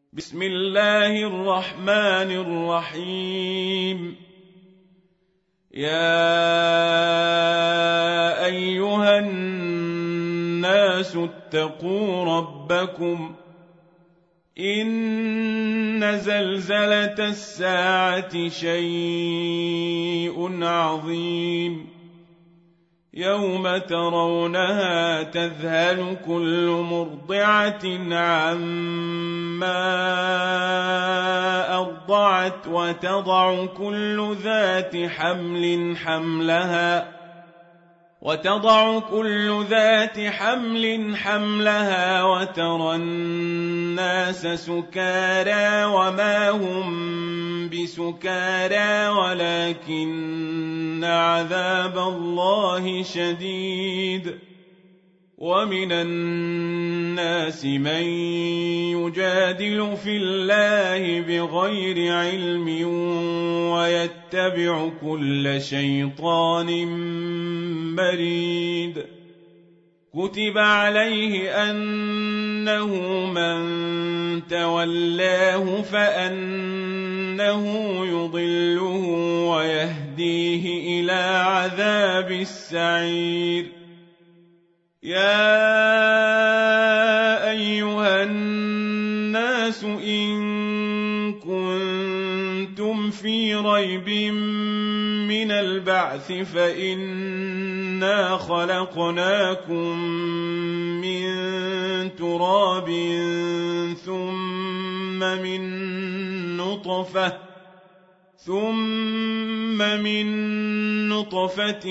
بسم الله الرحمن الرحيم. يا أيها الناس اتقوا ربكم إن زلزلة الساعة شيء عظيم يوم ترونها تذهل كل مرضعة عما أرضعت وتضع كل ذات حمل حملها وترى الناس سكارى وما هم بسكارى ولكن عذاب الله شديد. ومن الناس من يجادل في الله بغير علم ويتبع كل شيطان مريد. كتب عليه أنه من تولاه فأنه يضله ويهديه إلى عذاب السعير. يا أيها الناس إن كنتم في ريب من البعث فإنا خلقناكم من تراب ثم من نطفة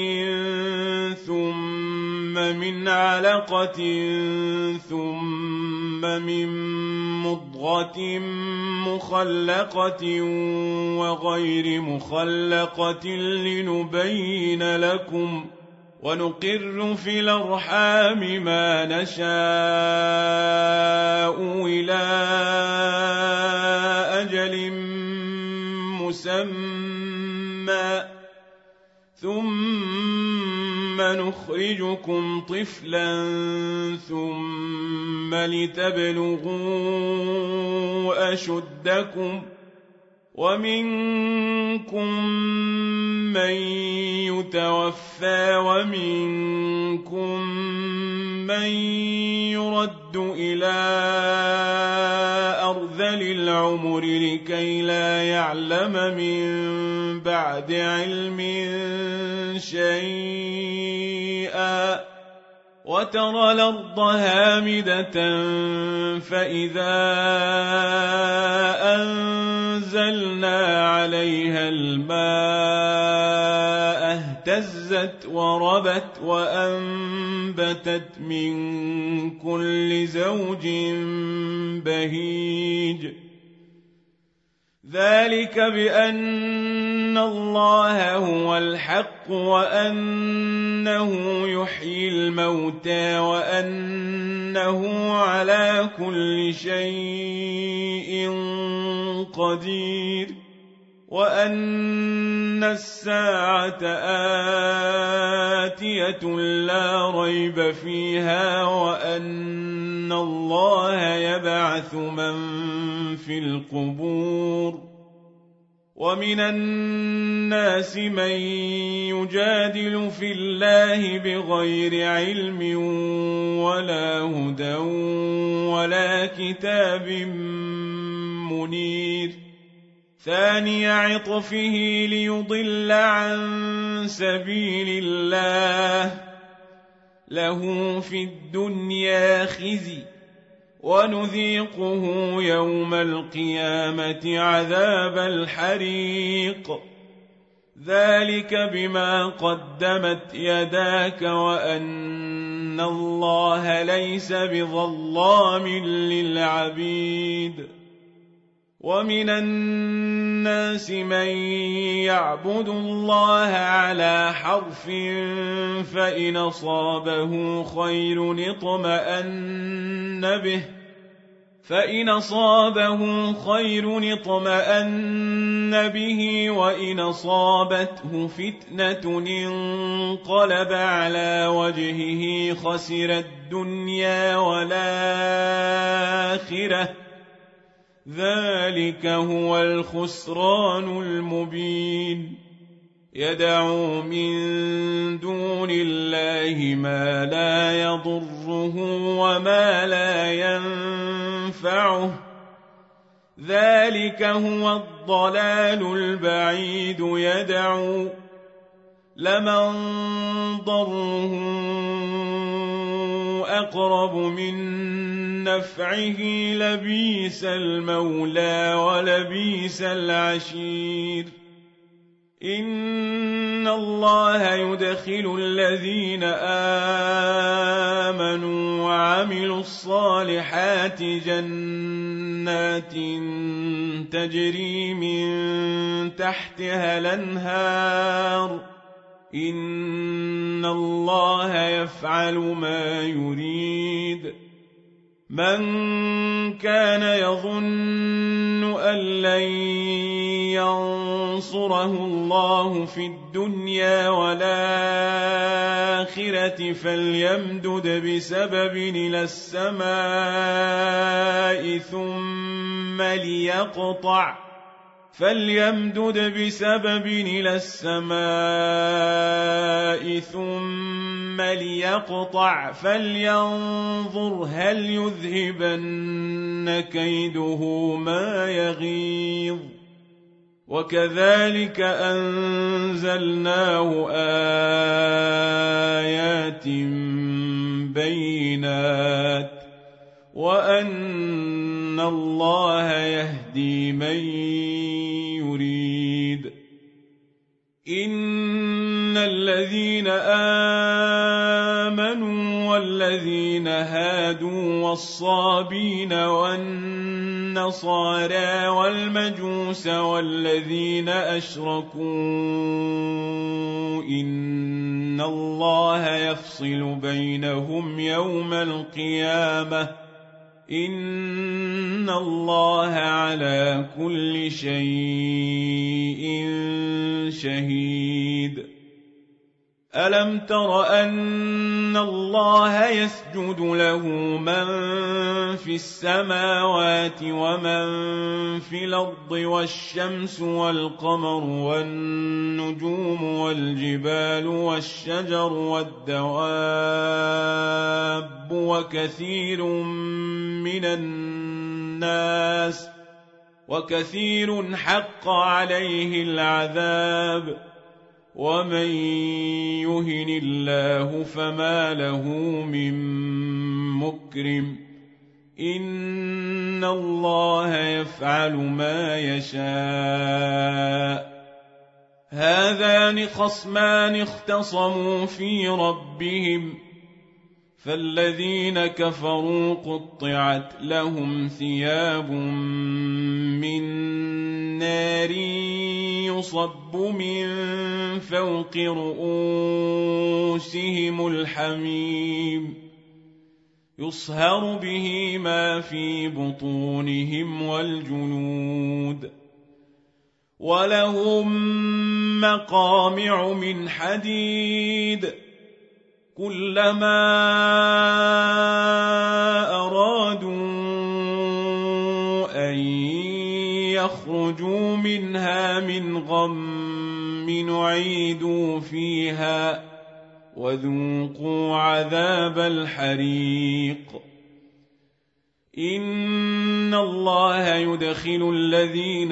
ثم من علقة ثم من مضغة مخلقة وغير مخلقة لنبين لكم ونقر في الأرحام ما نشاء إلى أجل مسمى ثم نخرجكم طفلا ثم لتبلغوا أشدكم ومنكم من يتوفى ومنكم من يرد إلى أرذل العمر لكي لا يعلم من بعد علم شيئا. وترى الأرض هامدة فإذا أنزلنا عليها الماء اهتزت وربت وأنبتت من كل زوج بهيج. ذلك بأن الله هو الحق وأنه يحيي الموتى وأنه على كل شيء قدير وأن الساعة آتية لا ريب فيها وأن الله يبعث من في القبور. ومن الناس من يجادل في الله بغير علم ولا هدى ولا كتاب منير. ثاني عطفه ليضل عن سبيل الله له في الدنيا خزي ونذيقه يوم القيامة عذاب الحريق. ذلك بما قدمت يداك وأن الله ليس بظلام للعبيد. ومن الناس من يعبد الله على حرف فإن أصابه خير اطمأن به وإن أصابته فتنة انقلب على وجهه خسر الدنيا والآخرة ذلك هو الخسران المبين يدعو من دون الله ما لا يضره وما لا ينفعه ذلك هو الضلال البعيد يدعو لمن ضره أقرب من نفعه لبيس المولى ولبيس العشير إن الله يدخل الذين آمنوا وعملوا الصالحات جنات تجري من تحتها الأنهار إن الله يفعل ما يريد من كان يظن أن لن ينصره الله في الدنيا والآخرة فليمدد بسبب إلى السماء ثم ليقطع فلينظر هل يذهبن كيده ما يغيظ وكذلك أنزلناه آيات بينات وأن الله يهدي من يريد إن الذين آمنوا والذين هادوا والصابين والنصارى والمجوس والذين أشركوا إن الله يفصل بينهم يوم القيامة إن الله على كل شيء شهيد ألم تر أن الله يسجد له من في السماوات ومن في الأرض والشمس والقمر والنجوم والجبال والشجر والدواب وكثير حق عليه العذاب ومن يهن الله فما له من مكرم إن الله يفعل ما يشاء هذان خصمان اختصموا في ربهم فالذين كفروا قطعت لهم ثياب من نار يصب من فوق رؤوسهم الحميم يصهر به ما في بطونهم والجلود ولهم مقامع من حديد كلما أرادوا أن يخرجوا منها من غم نعيدوا فيها وذوقوا عذاب الحريق إن الله يدخل الذين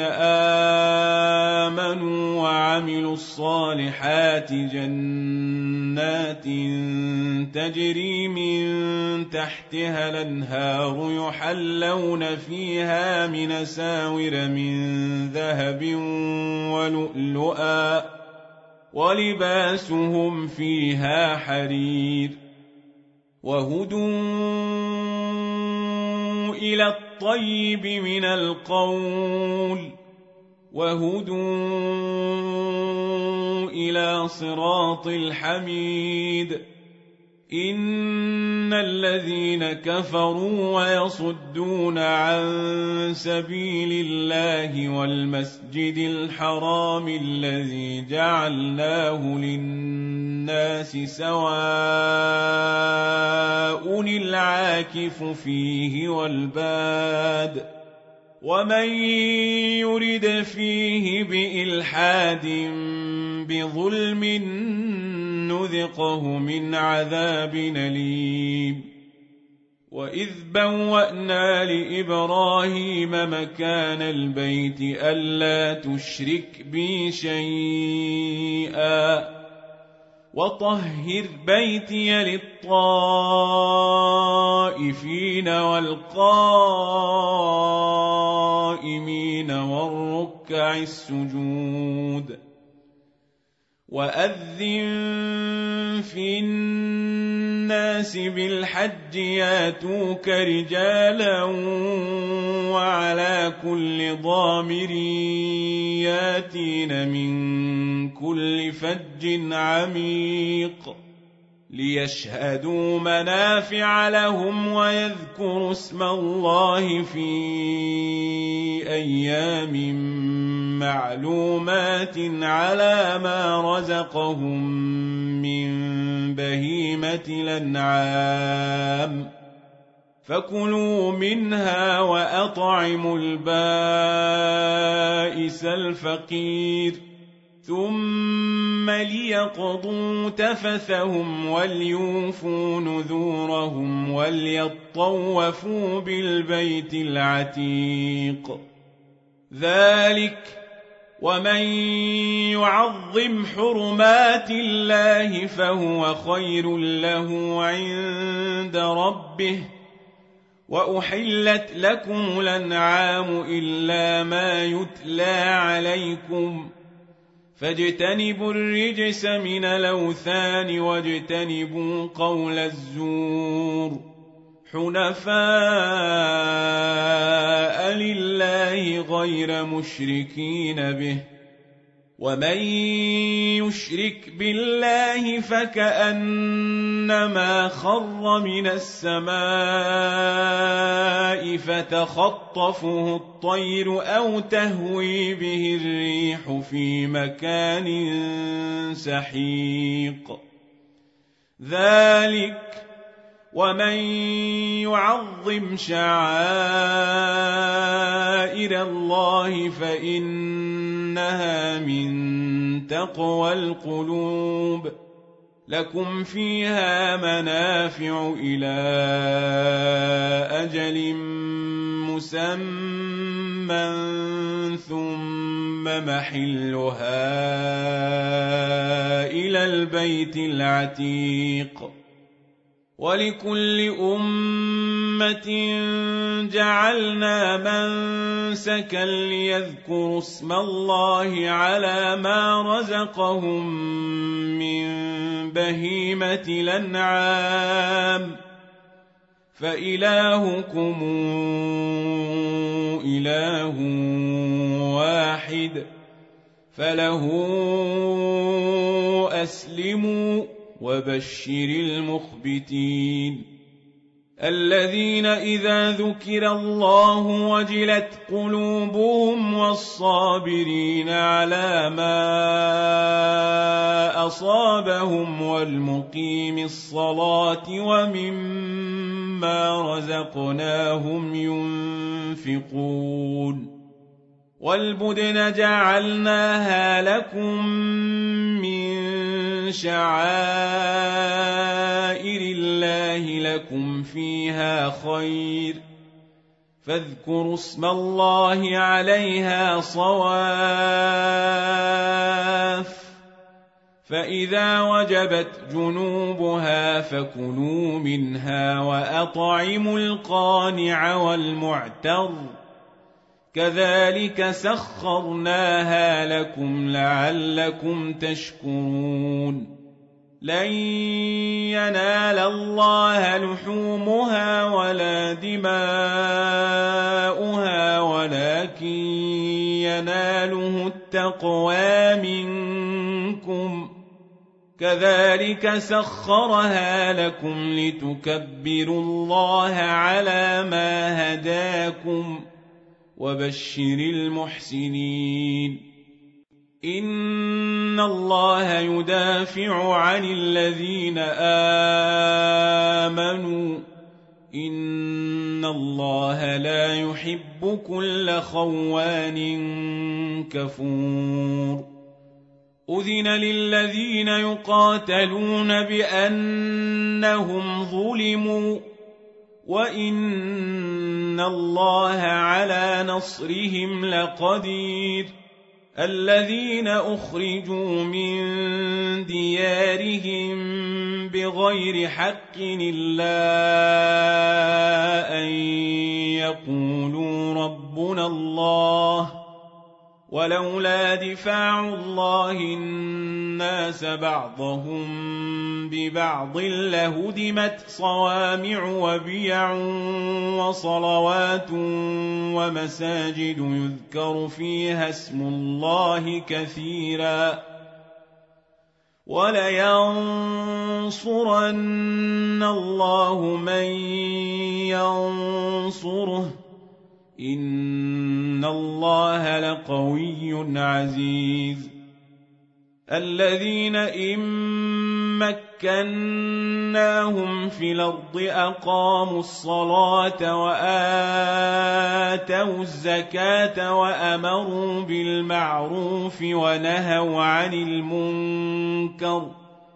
آمنوا وعملوا الصالحات جنات تجري من تحتها الأنهار يحلون فيها من أساور من ذهب ولؤلؤا ولباسهم فيها حرير وهدوا إلى الطيب من القول وهدوا إلى صراط الحميد إن الذين كفروا ويصدون عن سبيل الله والمسجد الحرام الذي جعلناه للناس سواء العاكف فيه والباد ومن يرد فيه بإلحاد بظلم نذقه من عذاب أليم وإذ بوأنا لإبراهيم مكان البيت ألا تشرك بي شيئا وطهر بيتي للطائفين والقائمين والركع السجود وأذن في الناس بالحج ياتوك رجالا وعلى كل ضامر ياتين من كل فج عميق ليشهدوا منافع لهم ويذكروا اسم الله في أيام معلومات على ما رزقهم من بهيمة الأنعام فكلوا منها وأطعموا البائس الفقير ثم ليقضوا تفثهم وليوفوا نذورهم وليطوفوا بالبيت العتيق ذلك ومن يعظم حرمات الله فهو خير له عند ربه وأحلت لكم الأنعام إلا ما يتلى عليكم فاجتنبوا الرجس من الأوثان واجتنبوا قول الزور حنفاء لله غير مشركين به ومن يشرك بالله فكأنما خر من السماء فتخطفه الطير أو تهوي به الريح في مكان سحيق ذلك ومن يعظم شعائر الله فإنها من تقوى القلوب لكم فيها منافع إلى أجل مسمى ثم محلها إلى البيت العتيق ولكل أمة جعلنا منسكا ليذكروا اسم الله على ما رزقهم من بهيمة الأنعام فإلهكم إله واحد فله أسلموا وبشر المخبتين الذين إذا ذكر الله وجلت قلوبهم والصابرين على ما أصابهم والمقيم الصلاة ومما رزقناهم ينفقون والبدن جعلناها لكم من شعائر الله لكم فيها خير فاذكروا اسم الله عليها صواف فإذا وجبت جنوبها فكلوا منها وأطعموا القانع والمعتر كذلك سخرناها لكم لعلكم تشكرون لن ينال الله لحومها ولا دماؤها ولكن يناله التقوى منكم كذلك سخرها لكم لتكبروا الله على ما هداكم وبشر المحسنين إن الله يدافع عن الذين آمنوا إن الله لا يحب كل خوان كفور أذن للذين يقاتلون بأنهم ظلموا وإن الله على نصرهم لقدير الذين أخرجوا من ديارهم بغير حق إلا أن يقولوا ربنا الله ولولا دفاع الله الناس بعضهم ببعض لهدمت صوامع وبيع وصلوات ومساجد يذكر فيها اسم الله كثيرا ولينصرن الله من ينصره إن الله لقوي عزيز الذين إن مكناهم في الأرض أقاموا الصلاة وآتوا الزكاة وأمروا بالمعروف ونهوا عن المنكر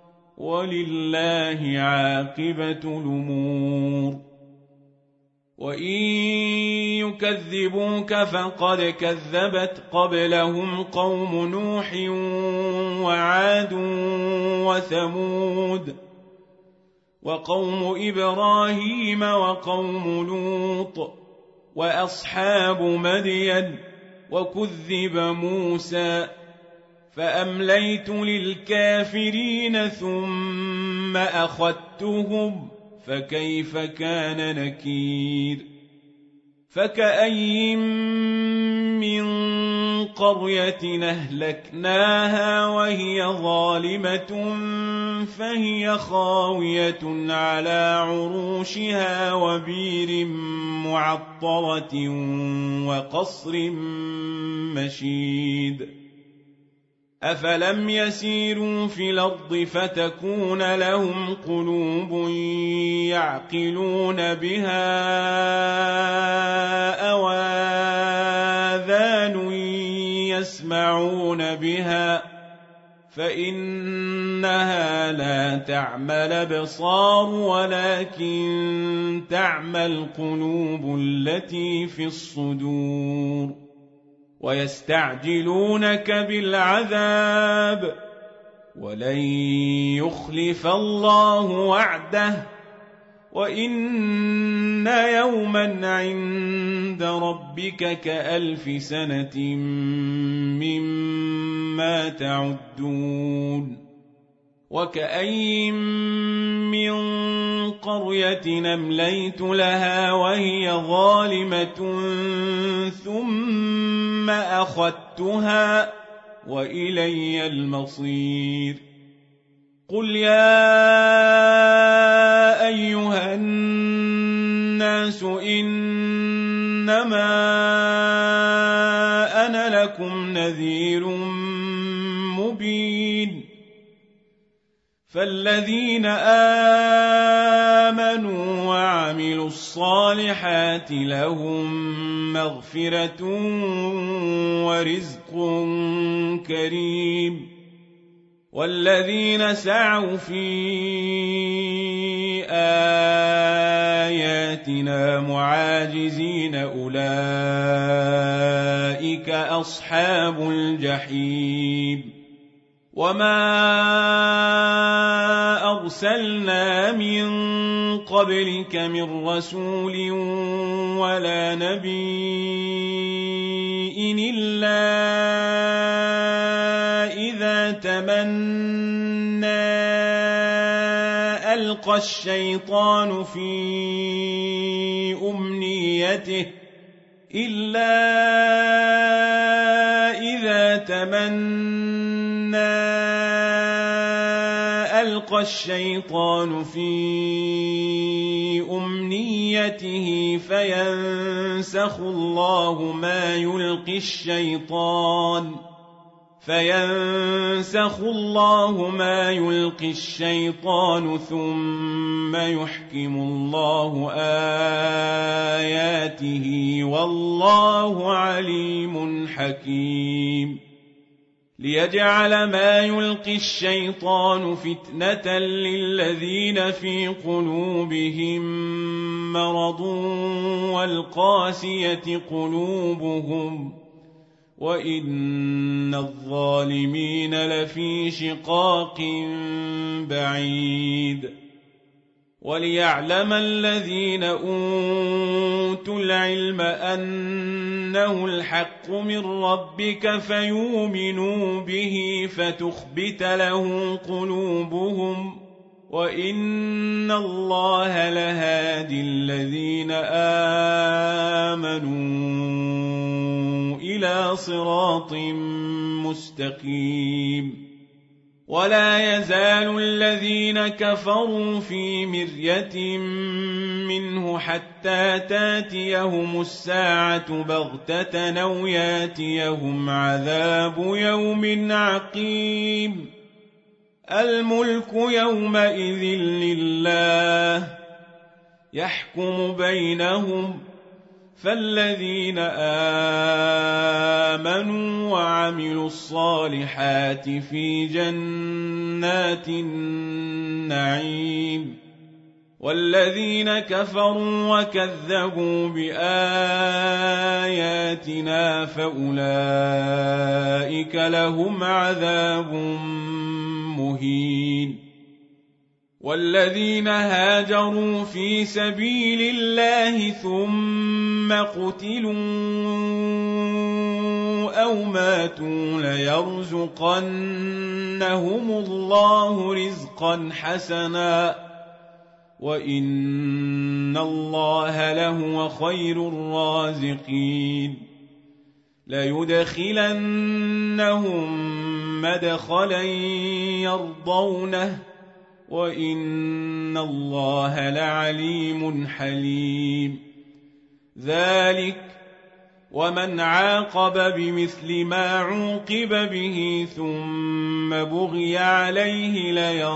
ولله عاقبة الأمور وإن يكذبوك فقد كذبت قبلهم قوم نوح وعاد وثمود وقوم إبراهيم وقوم لوط وأصحاب مدين وكذب موسى فأمليت للكافرين ثم أخذتهم فكيف كان نكير فكأي من قرية أهلكناها وهي ظالمة فهي خاوية على عروشها وبير معطرة وقصر مشيد أفلم يسيروا في الأرض فتكون لهم قلوب يعقلون بها أو آذان يسمعون بها فإنها لا تعمى الأبصار ولكن تعمى القلوب التي في الصدور ويستعجلونك بالعذاب ولن يخلف الله وعده وإن يوما عند ربك كألف سنة مما تعدون وكأي من قرية أمليت لها وهي ظالمة ثم أخذتها وإلي المصير قل يا أيها الناس إنما أنا لكم نذير مبين فالذين آمنوا وعملوا الصالحات لهم مغفرة ورزق كريم والذين سعوا في آياتنا معاجزين أولئك أصحاب الجحيم وما أرسلنا من قبلك من رسول ولا نبي إلا إذا تمنى ألقى الشيطان في أمنيته ألقى الشيطان في أمنيته فينسخ الله ما يلقي الشيطان فينسخ الله ما يلقي الشيطان ثم يحكم الله آياته والله عليم حكيم ليجعل ما يلقي الشيطان فتنة للذين في قلوبهم مرض والقاسية قلوبهم وإن الظالمين لفي شقاق بعيد وليعلم الذين أوتوا العلم أنه الحق من ربك فيؤمنوا به فتخبت له قلوبهم وإن الله لهادي الذين آمنوا إلى صراط مستقيم ولا يزال الذين كفروا في مرية منه حتى تاتيهم الساعة بغتة أو ياتيهم عذاب يوم عقيم الملك يومئذ لله يحكم بينهم فالذين آمنوا وعملوا الصالحات في جنات النعيم والذين كفروا وكذبوا بآياتنا فأولئك لهم عذاب مهين والذين هاجروا في سبيل الله ثم قتلوا أو ماتوا ليرزقنهم الله رزقا حسنا وإن الله لهو خير الرازقين ليدخلنهم مدخلا يرضونه وإن الله لعليم حليم ذلك ومن عاقب بمثل ما عوقب به ثم بغي عليه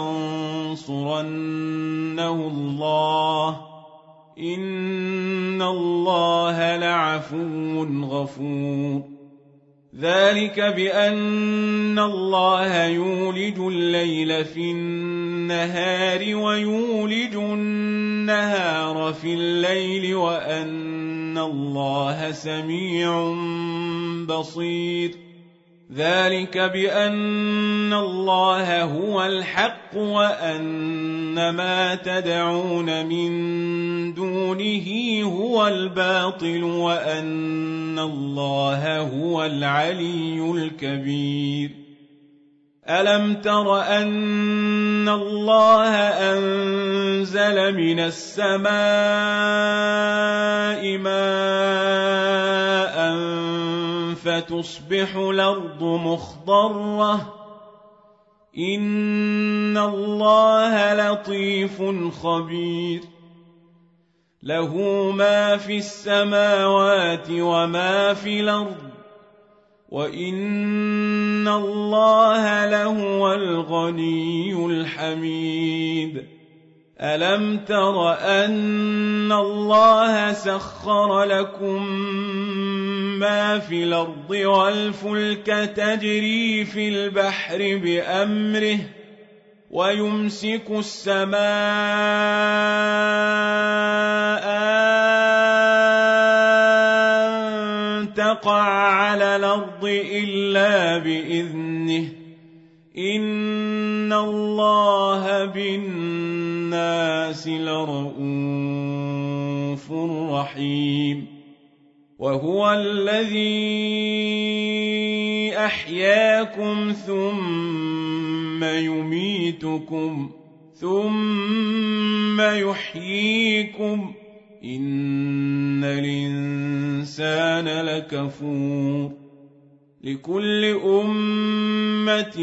لينصرنه الله إن الله لعفو غفور ذلك بأن الله يولج الليل في النهار ويولج النهار في الليل وأن الله سميع بصير ذلك بأن الله هو الحق وأن ما تدعون من دونه هو الباطل وأن الله هو العلي الكبير ألم تر أن الله أنزل من السماء ماء فتصبح الأرض مخضرة إن الله لطيف خبير له ما في السماوات وما في الأرض وإن الله لهو الغني الحميد ألم تر أن الله سخر لكم ما في الأرض والفلك تجري في البحر بأمره ويمسك السماء أن تقع على الأرض إلا بإذنه إن الله بالناس لرؤوف رحيم وهو الذي أحياكم ثم يميتكم ثم يحييكم إن الإنسان لكفور لكل أمة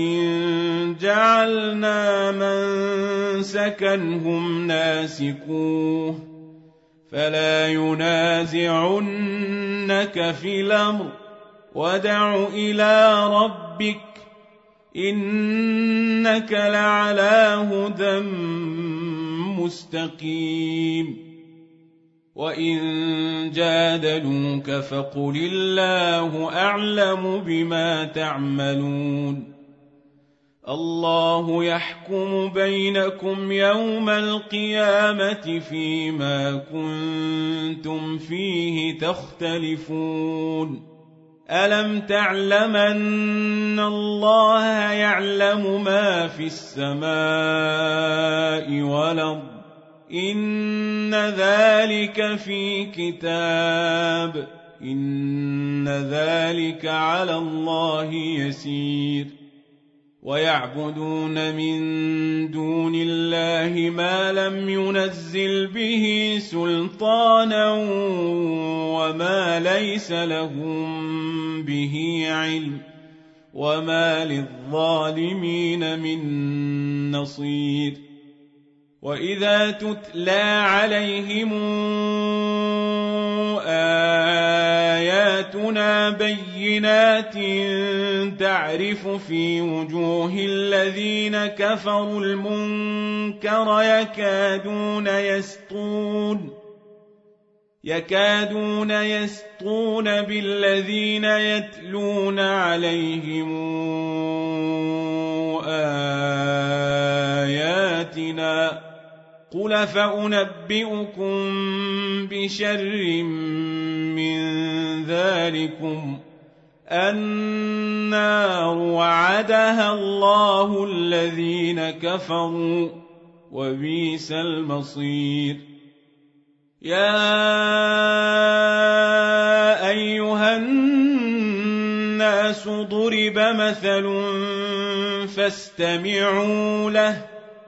جعلنا منسكا هم ناسكوه فلا ينازعنك في الأمر وادع إلى ربك إنك لعلى هدى مستقيم وإن جادلوك فقل الله أعلم بما تعملون الله يحكم بينكم يوم القيامة فيما كنتم فيه تختلفون ألم تعلم أن الله يعلم ما في السماء والأرض إن ذلك في كتاب إن ذلك على الله يسير ويعبدون من دون الله ما لم ينزل به سلطانا وما ليس لهم به علم وما للظالمين من نصير وإذا تتلى عليهم آياتنا بينات تعرف في وجوه الذين كفروا المنكر يكادون يسطون بالذين يتلون عليهم آياتنا قل فأنبئكم بشر من ذلكم النار وعدها الله الذين كفروا وبئس المصير يا أيها الناس ضرب مثل فاستمعوا له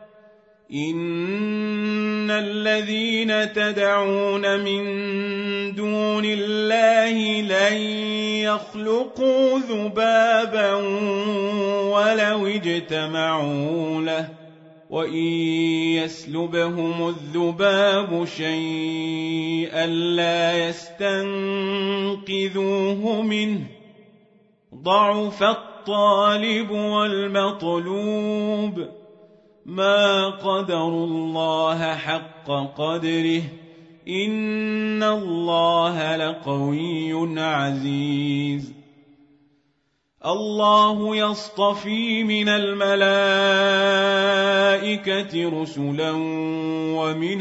إن الذين تدعون من دون الله لن يخلقوا ذبابا ولو اجتمعوا له وإن يسلبهم الذباب شيئا لا يستنقذوه منه ضعف الطالب والمطلوب ما قدروا الله حق قدره إن الله لقوي عزيز الله يصطفي من الملائكة رسلا ومن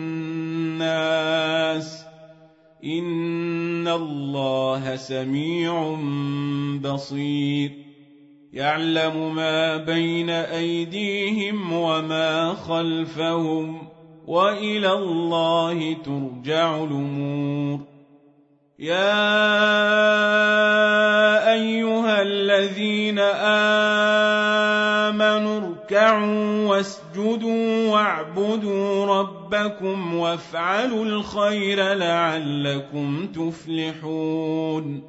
الناس إن الله سميع بصير يعلم ما بين أيديهم وما خلفهم وإلى الله ترجع الأمور يا أيها الذين آمنوا اركعوا واسجدوا واعبدوا ربكم وافعلوا الخير لعلكم تفلحون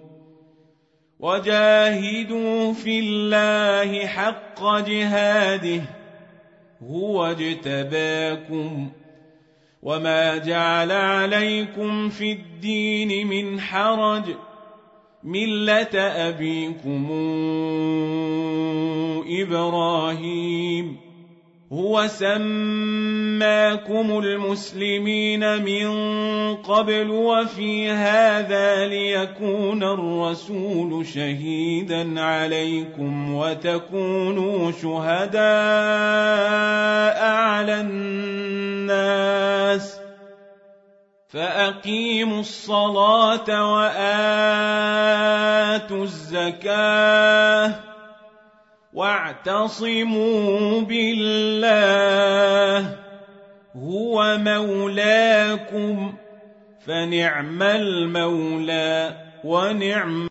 وجاهدوا في الله حق جهاده هو اجتباكم وما جعل عليكم في الدين من حرج ملة أبيكم إبراهيم هو سماكم المسلمين من قبل وفي هذا ليكون الرسول شهيدا عليكم وتكونوا شهداء على الناس فأقيموا الصلاة وآتوا الزكاة واعتصموا بالله هو مولاكم فنعم المولى ونعم